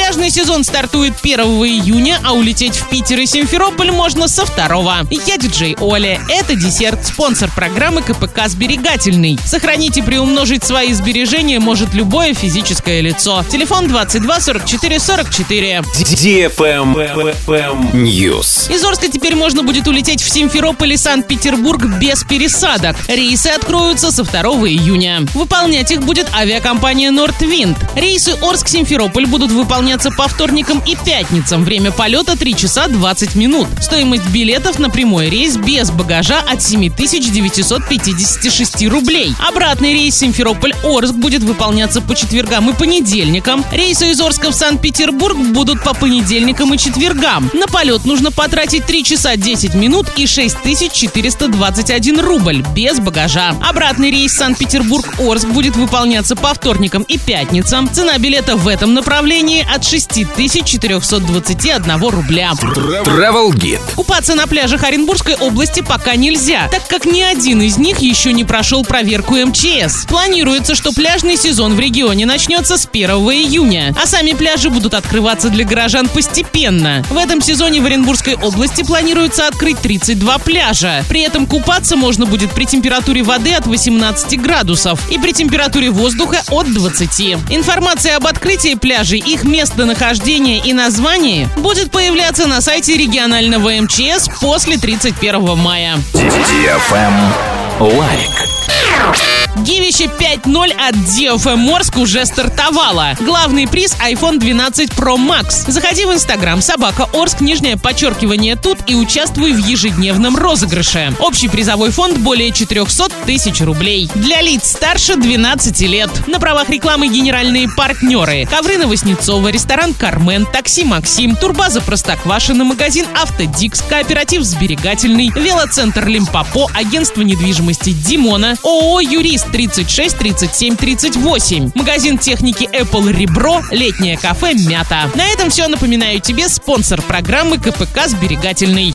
Пляжный сезон стартует 1 июня, а улететь в Питер и Симферополь можно со 2. Я диджей Оля. Это Десерт, спонсор программы КПК «Сберегательный». Сохранить и приумножить свои сбережения может любое физическое лицо. Телефон 22 44 44. News. Из Орска теперь можно будет улететь в Симферополь и Санкт-Петербург без пересадок. Рейсы откроются со 2 июня. Выполнять их будет авиакомпания «Нордвинд». Рейсы Орск-Симферополь будут выполняться по вторникам и пятницам. Время полета 3 часа 20 минут. Стоимость билетов на прямой рейс без багажа от 7956 рублей. Обратный рейс Симферополь-Орск будет выполняться по четвергам и понедельникам. Рейсы из Орска в Санкт-Петербург будут по понедельникам и четвергам. На полет нужно потратить 3 часа 10 минут и 6421 рубль без багажа. Обратный рейс Санкт-Петербург-Орск будет выполняться по вторникам и пятницам. Цена билета в этом направлении от 6421 рубля. Travel Guide. Купаться на пляжах Оренбургской области пока нельзя, так как ни один из них еще не прошел проверку МЧС. Планируется, что пляжный сезон в регионе начнется с 1 июня, а сами пляжи будут открываться для горожан постепенно. В этом сезоне в Оренбургской области планируется открыть 32 пляжа. При этом купаться можно будет при температуре воды от 18 градусов и при температуре воздуха от 20. Информация об открытии пляжей, их местонахождение и название будет появляться на сайте регионального МЧС после 31 мая. Лайк. Гивище 5.0 от DFM Орск уже стартовало. Главный приз iPhone 12 Pro Max. Заходи в Instagram @Орск, _тут и участвуй в ежедневном розыгрыше. Общий призовой фонд более 400 тысяч рублей. Для лиц старше 12 лет. На правах рекламы генеральные партнеры: Ковры Новоснецова, ресторан Кармен, такси Максим, турбаза Простоквашино, магазин Автодикс, кооператив Сберегательный, велоцентр Лимпопо, агентство недвижимости Димона, ООО «Юрист» 36 37 38, магазин техники Apple Ребро, летнее кафе Мята. На этом все. Напоминаю тебе спонсор программы КПК «Сберегательный».